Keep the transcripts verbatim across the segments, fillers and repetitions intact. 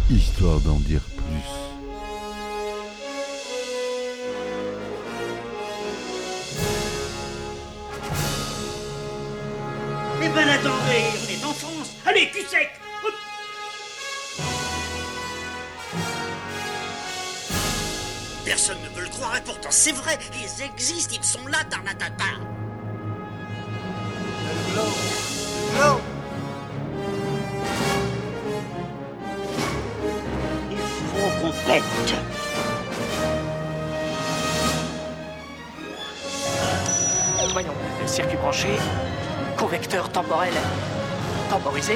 Histoire d'en dire plus. Eh ben attendez, on est en France. Allez, cul sec. Hop. Personne ne veut le croire et pourtant c'est vrai. Ils existent, ils sont là, Tarnatata. Le glow, le glow. Il faut qu'on pète. Voyons, circuit branché, convecteur temporel temporisé.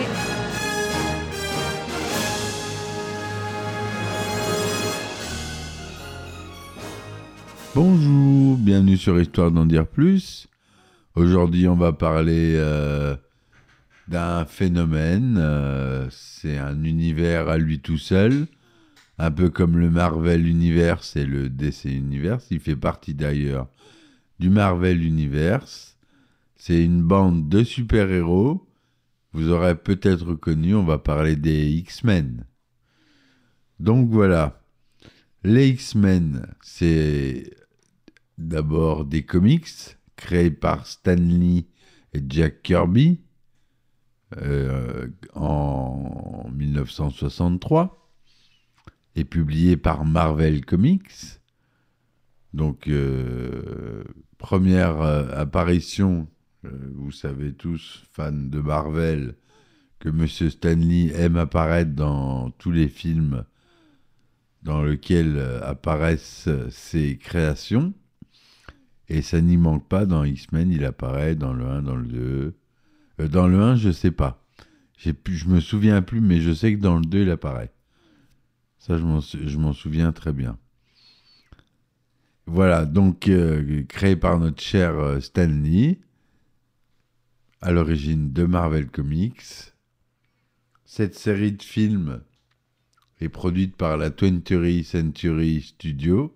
Bonjour, bienvenue sur Histoire d'en dire plus. Aujourd'hui, on va parler euh, d'un phénomène. Euh, c'est un univers à lui tout seul, un peu comme le Marvel Universe et le D C Universe. Il fait partie d'ailleurs du Marvel Universe. C'est une bande de super-héros. Vous aurez peut-être reconnu, on va parler des X-Men. Donc voilà, les X-Men, c'est d'abord des comics créés par Stan Lee et Jack Kirby euh, en dix-neuf cent soixante-trois et publiés par Marvel Comics. Donc, euh, première euh, apparition, euh, vous savez tous, fans de Marvel, que Monsieur Stan Lee aime apparaître dans tous les films dans lesquels euh, apparaissent euh, ses créations. Et ça n'y manque pas, dans X-Men, il apparaît dans le un, dans le deux. Euh, dans le un, je sais pas. J'ai pu, je me souviens plus, mais je sais que dans le deux, il apparaît. Ça, je m'en, je m'en souviens très bien. Voilà, donc euh, créé par notre cher euh, Stan Lee, à l'origine de Marvel Comics. Cette série de films est produite par la twentieth Century Studios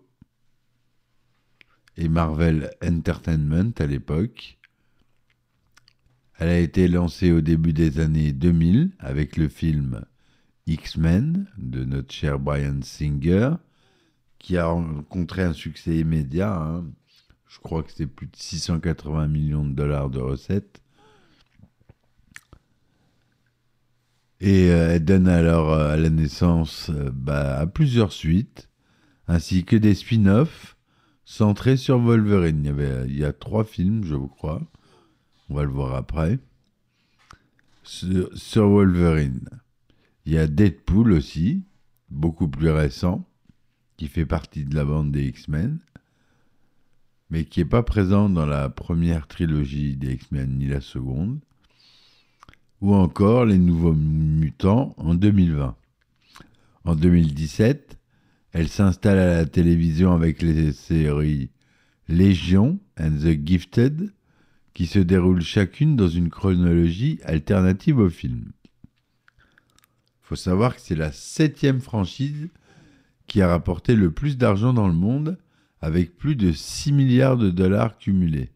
et Marvel Entertainment à l'époque. Elle a été lancée au début des années deux mille avec le film X-Men de notre cher Bryan Singer, qui a rencontré un succès immédiat. Hein. Je crois que c'est plus de six cent quatre-vingts millions de dollars de recettes. Et euh, elle donne alors euh, à la naissance euh, bah, à plusieurs suites, ainsi que des spin-offs centrés sur Wolverine. Il y, avait, il y a trois films, je vous crois. On va le voir après. Sur, sur Wolverine. Il y a Deadpool aussi, beaucoup plus récent, qui fait partie de la bande des X-Men, mais qui n'est pas présent dans la première trilogie des X-Men ni la seconde. Ou encore Les Nouveaux Mutants en deux mille vingt. En deux mille dix-sept, elle s'installe à la télévision avec les séries Légion and the Gifted, qui se déroulent chacune dans une chronologie alternative au film. Il faut savoir que c'est la septième franchise qui a rapporté le plus d'argent dans le monde, avec plus de six milliards de dollars cumulés.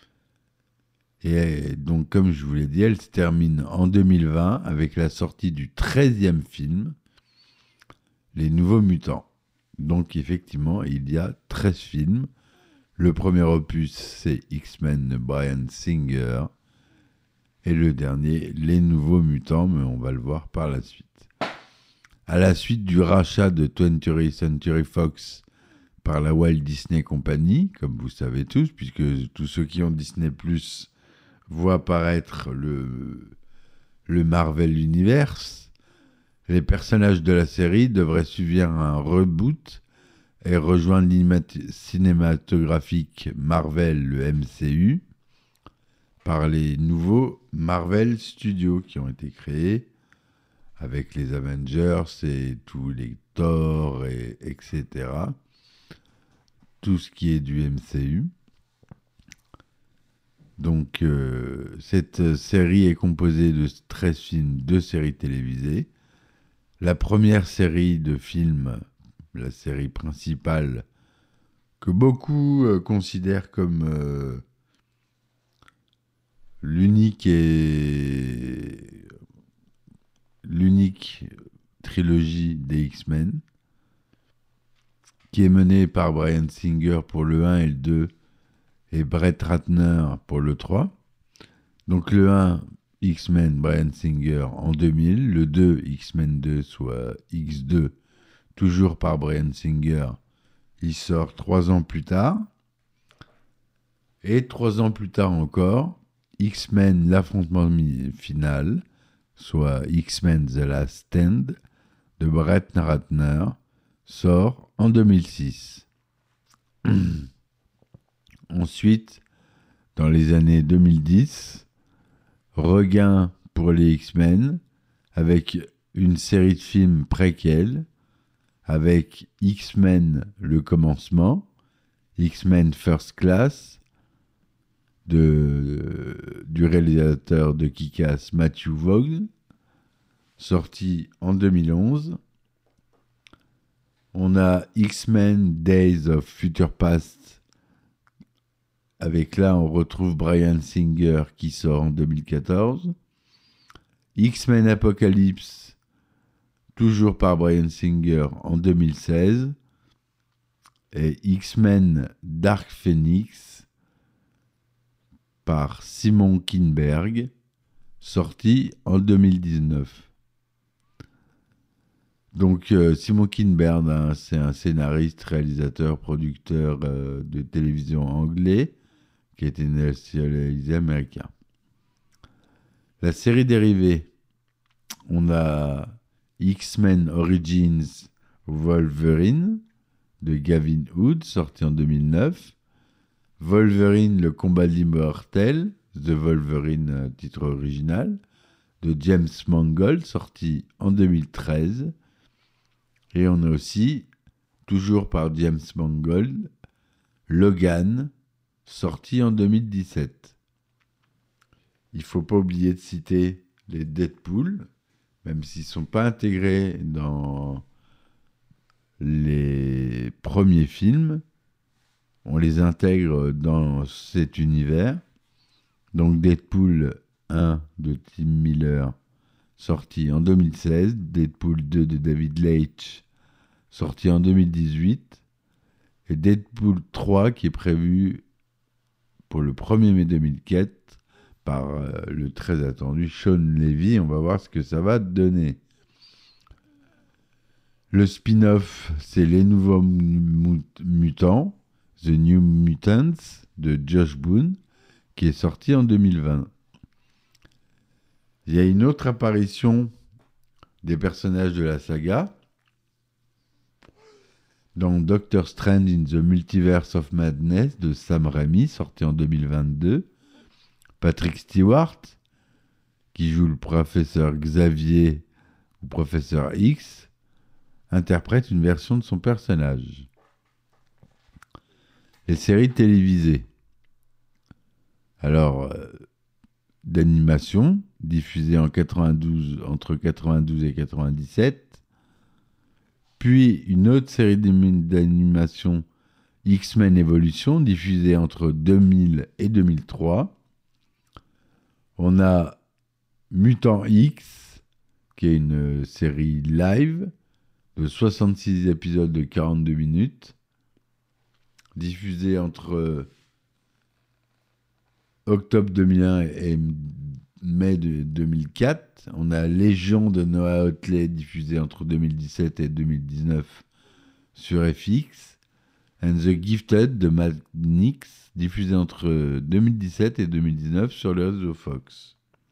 Et donc, comme je vous l'ai dit, elle se termine en deux mille vingt avec la sortie du treizième film, Les Nouveaux Mutants. Donc, effectivement, il y a treize films. Le premier opus, c'est X-Men de Bryan Singer. Et le dernier, Les Nouveaux Mutants, mais on va le voir par la suite. À la suite du rachat de twentieth Century Fox par la Walt Disney Company, comme vous savez tous, puisque tous ceux qui ont Disney plus voient apparaître le, le Marvel Universe, les personnages de la série devraient subir un reboot et rejoindre l'univers cinématographique Marvel, le M C U, par les nouveaux Marvel Studios qui ont été créés avec les Avengers et tous les Thor, et, etc. Tout ce qui est du M C U. Donc, euh, cette série est composée de treize films, deux séries télévisées. La première série de films, la série principale, que beaucoup euh, considèrent comme euh, l'unique et l'unique trilogie des X-Men, qui est menée par Bryan Singer pour le un et le deux, et Brett Ratner pour le trois. Donc le un, X-Men, Bryan Singer en deux mille, le deux, X-Men deux, soit X deux, toujours par Bryan Singer, il sort trois ans plus tard. Et trois ans plus tard encore, X-Men, l'affrontement final, soit X-Men The Last Stand, de Brett Ratner, sort en deux mille six. Ensuite, dans les années deux mille dix, regain pour les X-Men, avec une série de films préquels, avec X-Men le commencement, X-Men First Class, de, du réalisateur de Kick-Ass Matthew Vaughn, sorti en deux mille onze. On a X-Men Days of Future Past, avec là on retrouve Bryan Singer qui sort en deux mille quatorze. X-Men Apocalypse, toujours par Bryan Singer en deux mille seize. Et X-Men Dark Phoenix par Simon Kinberg, sorti en deux mille dix-neuf. Donc euh, Simon Kinberg, hein, c'est un scénariste, réalisateur, producteur euh, de télévision anglais qui a été nationalisé américain. La série dérivée, on a X-Men Origins Wolverine de Gavin Hood, sorti en deux mille neuf. Wolverine, le combat de l'immortel, The Wolverine, euh, titre original, de James Mangold, sorti en deux mille treize. Et on a aussi, toujours par James Mangold, Logan, sorti en deux mille dix-sept. Il ne faut pas oublier de citer les Deadpool, même s'ils ne sont pas intégrés dans les premiers films, on les intègre dans cet univers. Donc Deadpool un de Tim Miller, sorti en deux mille seize, Deadpool deux de David Leitch, sorti en deux mille dix-huit, et Deadpool trois qui est prévu pour le premier mai deux mille quatre par euh, le très attendu Sean Levy. On va voir ce que ça va donner. Le spin-off, c'est Les Nouveaux Mutants, The New Mutants, de Josh Boone, qui est sorti en deux mille vingt. Il y a une autre apparition des personnages de la saga dans Doctor Strange in the Multiverse of Madness de Sam Raimi, sorti en deux mille vingt-deux. Patrick Stewart, qui joue le professeur Xavier ou professeur X, interprète une version de son personnage. Les séries télévisées. Alors, euh, d'animation, diffusée en quatre-vingt-douze, entre quatre-vingt-douze et quatre-vingt-dix-sept. Puis une autre série d'animation, X-Men Evolution, diffusée entre deux mille et deux mille trois. On a Mutant X, qui est une série live de soixante-six épisodes de quarante-deux minutes, diffusée entre octobre deux mille un et mai de deux mille quatre. On a Légion de Noah Hawley, diffusée entre deux mille dix-sept et deux mille dix-neuf sur F X. And the Gifted de Matt Nix, diffusée entre deux mille dix-sept et deux mille dix-neuf sur le réseau Fox.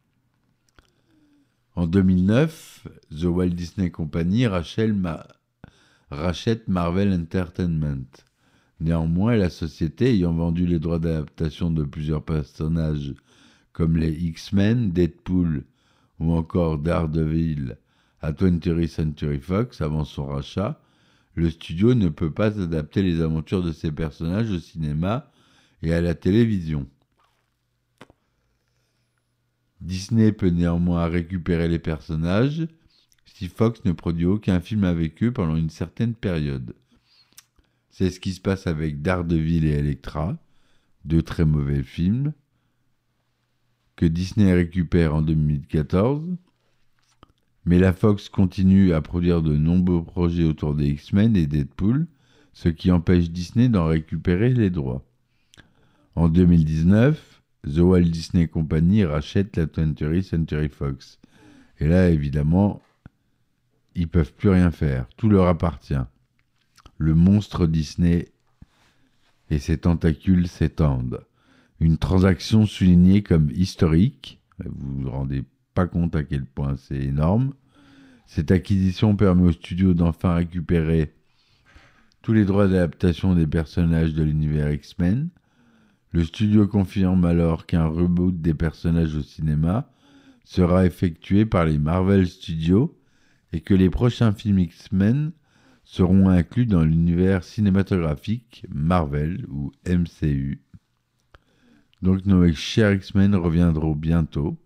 En deux mille neuf, The Walt Disney Company Ma- rachète Marvel Entertainment. Néanmoins, la société ayant vendu les droits d'adaptation de plusieurs personnages comme les X-Men, Deadpool ou encore Daredevil à twentieth Century Fox avant son rachat, le studio ne peut pas adapter les aventures de ces personnages au cinéma et à la télévision. Disney peut néanmoins récupérer les personnages si Fox ne produit aucun film avec eux pendant une certaine période. C'est ce qui se passe avec Daredevil et Elektra, deux très mauvais films, que Disney récupère en deux mille quatorze. Mais la Fox continue à produire de nombreux projets autour des X-Men et Deadpool, ce qui empêche Disney d'en récupérer les droits. En deux mille dix-neuf, The Walt Disney Company rachète la twentieth Century Fox. Et là, évidemment, ils ne peuvent plus rien faire. Tout leur appartient. Le monstre Disney et ses tentacules s'étendent. Une transaction soulignée comme historique. Vous vous rendez pas compte à quel point c'est énorme. Cette acquisition permet au studio d'enfin récupérer tous les droits d'adaptation des personnages de l'univers X-Men. Le studio confirme alors qu'un reboot des personnages au cinéma sera effectué par les Marvel Studios et que les prochains films X-Men seront inclus dans l'univers cinématographique Marvel ou M C U. Donc nos chers X-Men reviendront bientôt.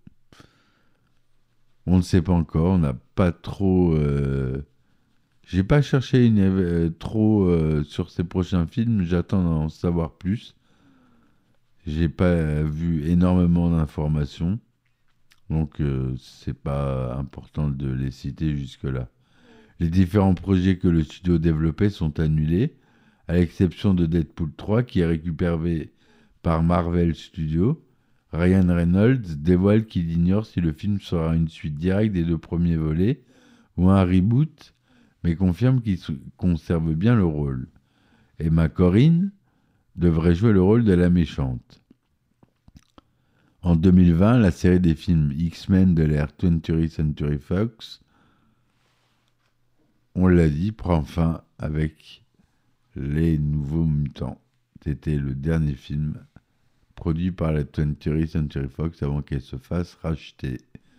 On ne sait pas encore, on n'a pas trop... Euh... J'ai pas cherché une, euh, trop euh, sur ces prochains films, j'attends d'en savoir plus. J'ai pas vu énormément d'informations, donc euh, c'est pas important de les citer jusque-là. Les différents projets que le studio développait sont annulés, à l'exception de Deadpool trois qui est récupéré par Marvel Studios. Ryan Reynolds dévoile qu'il ignore si le film sera une suite directe des deux premiers volets ou un reboot, mais confirme qu'il conserve bien le rôle. Emma Corrin devrait jouer le rôle de la méchante. En deux mille vingt, la série des films X-Men de l'ère twentieth Century Fox, on l'a dit, prend fin avec Les Nouveaux Mutants. C'était le dernier film produit par la twentieth Century Fox avant qu'elle se fasse racheter.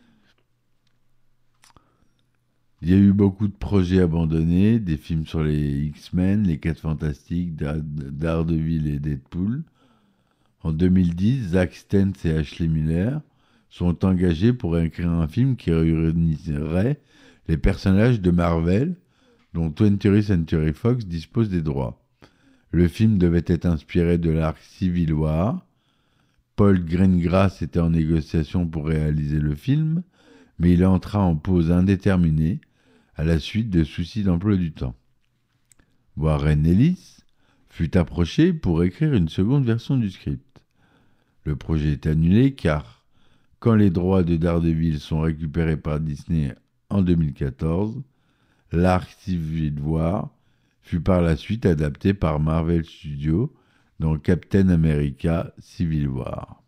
Il y a eu beaucoup de projets abandonnés, des films sur les X-Men, les quatre Fantastiques, Daredevil et Deadpool. En deux mille dix, Zack Stentz et Ashley Miller sont engagés pour écrire un film qui réunirait les personnages de Marvel, dont twentieth Century Fox dispose des droits. Le film devait être inspiré de l'arc Civil War. Paul Greengrass était en négociation pour réaliser le film, mais il entra en pause indéterminée à la suite de soucis d'emploi du temps. Warren Ellis fut approché pour écrire une seconde version du script. Le projet est annulé car, quand les droits de Daredevil sont récupérés par Disney en deux mille quatorze, l'arc Civil War fut par la suite adapté par Marvel Studios dans Captain America Civil War.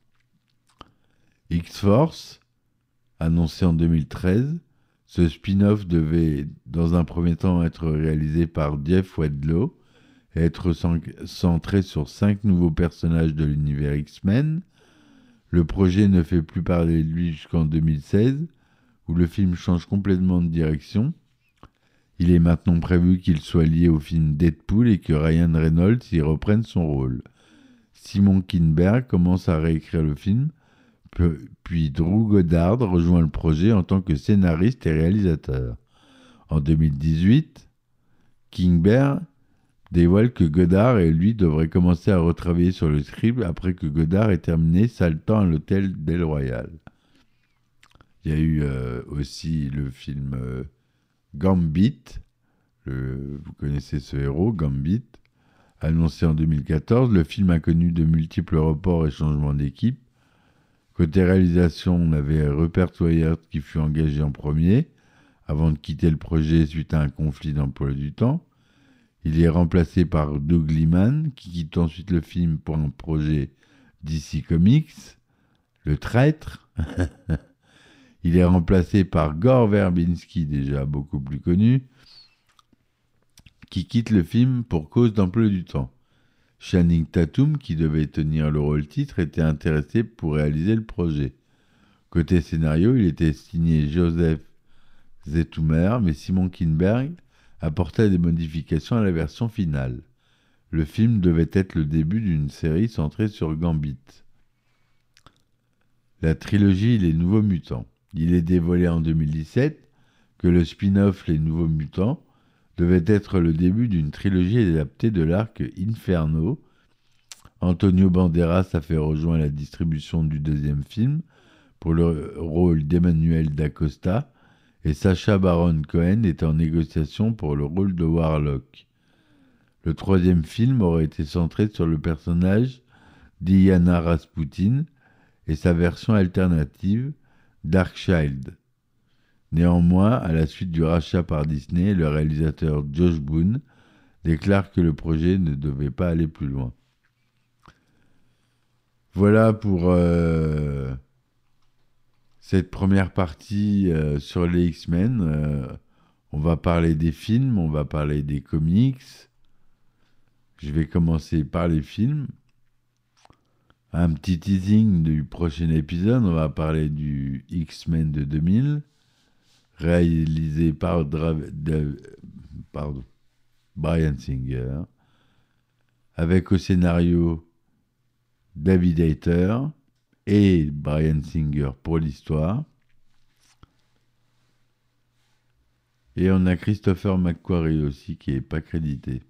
X-Force, annoncé en deux mille treize, ce spin-off devait dans un premier temps être réalisé par Jeff Wadlow et être centré sur cinq nouveaux personnages de l'univers X-Men. Le projet ne fait plus parler de lui jusqu'en deux mille seize, où le film change complètement de direction. Il est maintenant prévu qu'il soit lié au film Deadpool et que Ryan Reynolds y reprenne son rôle. Simon Kinberg commence à réécrire le film, puis Drew Goddard rejoint le projet en tant que scénariste et réalisateur. En deux mille dix-huit, Kinberg dévoile que Goddard et lui devraient commencer à retravailler sur le script après que Goddard ait terminé Saltant à l'hôtel Del Royal. Il y a eu euh, aussi le film euh, Gambit, le, vous connaissez ce héros, Gambit, annoncé en deux mille quatorze. Le film a connu de multiples reports et changements d'équipe. Côté réalisation, on avait Rupert Wyatt qui fut engagé en premier, avant de quitter le projet suite à un conflit d'emploi du temps. Il est remplacé par Doug Liman, qui quitte ensuite le film pour un projet D C Comics, Le Traître. Il est remplacé par Gore Verbinski, déjà beaucoup plus connu, qui quitte le film pour cause d'emploi du temps. Channing Tatum, qui devait tenir le rôle titre, était intéressé pour réaliser le projet. Côté scénario, il était signé Joseph Zethoumer, mais Simon Kinberg apporta des modifications à la version finale. Le film devait être le début d'une série centrée sur Gambit. La trilogie Les Nouveaux Mutants. Il est dévoilé en deux mille dix-sept que le spin-off Les Nouveaux Mutants devait être le début d'une trilogie adaptée de l'arc Inferno. Antonio Banderas a fait rejoindre la distribution du deuxième film pour le rôle d'Emmanuel D'Acosta et Sacha Baron Cohen est en négociation pour le rôle de Warlock. Le troisième film aurait été centré sur le personnage d'Iana Rasputin et sa version alternative, Darkchild. Néanmoins, à la suite du rachat par Disney, le réalisateur Josh Boone déclare que le projet ne devait pas aller plus loin. Voilà pour euh, cette première partie euh, sur les X-Men. Euh, on va parler des films, on va parler des comics. Je vais commencer par les films. Un petit teasing du prochain épisode, on va parler du X-Men de deux mille, réalisé par Dra- de, pardon, Bryan Singer, avec au scénario David Hayter et Bryan Singer pour l'histoire. Et on a Christopher McQuarrie aussi qui n'est pas crédité.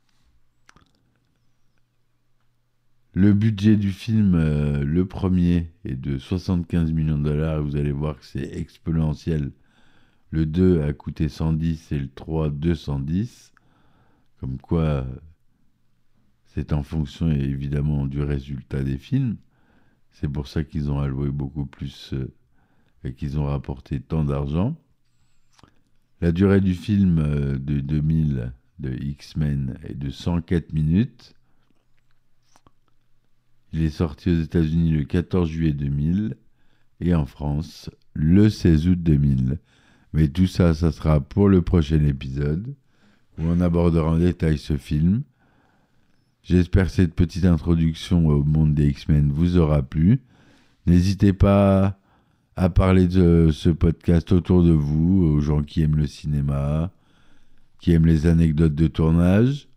Le budget du film, euh, le premier, est de soixante-quinze millions de dollars. Vous allez voir que c'est exponentiel. Le deux a coûté cent dix et le trois deux cent dix. Comme quoi, c'est en fonction évidemment du résultat des films. C'est pour ça qu'ils ont alloué beaucoup plus euh, et qu'ils ont rapporté tant d'argent. La durée du film euh, de deux mille de X-Men est de cent quatre minutes. Il est sorti aux États-Unis le quatorze juillet deux mille et en France le seize août deux mille. Mais tout ça, ça sera pour le prochain épisode où on abordera en détail ce film. J'espère que cette petite introduction au monde des X-Men vous aura plu. N'hésitez pas à parler de ce podcast autour de vous, aux gens qui aiment le cinéma, qui aiment les anecdotes de tournage.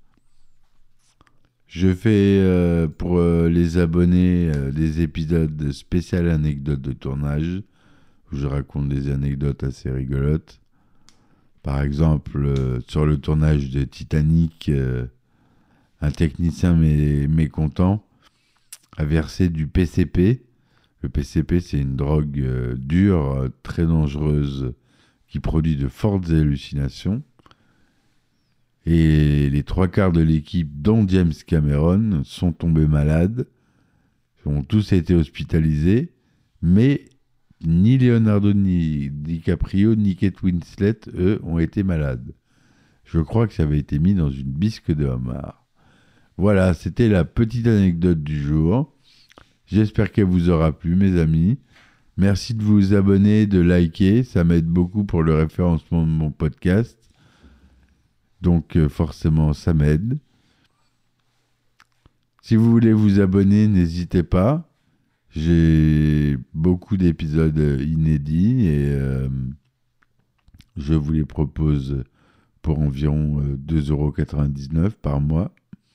Je fais euh, pour euh, les abonnés euh, des épisodes spéciaux anecdotes de tournage où je raconte des anecdotes assez rigolotes. Par exemple, euh, sur le tournage de Titanic, euh, un technicien mé- mécontent a versé du P C P. Le P C P, c'est une drogue euh, dure, euh, très dangereuse, qui produit de fortes hallucinations. Et les trois quarts de l'équipe, dont James Cameron, sont tombés malades, ont tous été hospitalisés, mais ni Leonardo ni DiCaprio ni Kate Winslet, eux, ont été malades. Je crois que ça avait été mis dans une bisque de homard. Voilà, c'était la petite anecdote du jour. J'espère qu'elle vous aura plu, mes amis. Merci de vous abonner, de liker, ça m'aide beaucoup pour le référencement de mon podcast. Donc euh, forcément, ça m'aide. Si vous voulez vous abonner, n'hésitez pas. J'ai beaucoup d'épisodes inédits et euh, je vous les propose pour environ euh, deux euros quatre-vingt-dix-neuf par mois.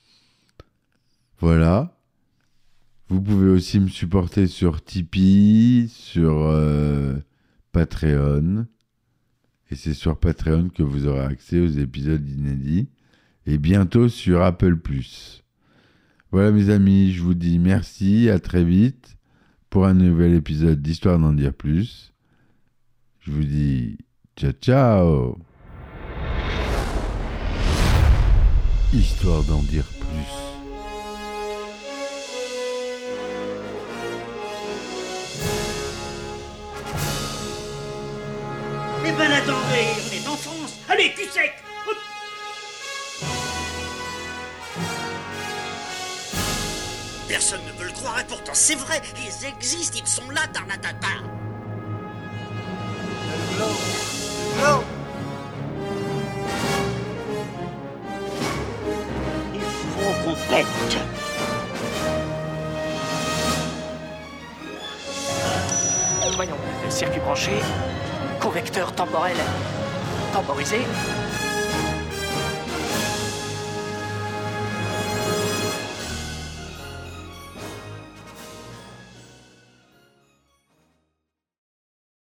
Voilà. Vous pouvez aussi me supporter sur Tipeee, sur euh, Patreon. Et c'est sur Patreon que vous aurez accès aux épisodes inédits. Et bientôt sur Apple plus. Voilà mes amis, je vous dis merci, à très vite pour un nouvel épisode d'Histoire d'en dire plus. Je vous dis ciao ciao. Histoire d'en dire plus. Eh ben attendez, on est en France. Allez, cul sec. Hop. Personne ne veut le croire et pourtant c'est vrai, ils existent, ils sont là, Tarnatata. Le globe. Le globe. Il faut qu'on pète. Voyons, le circuit branché, convecteur temporel temporisé,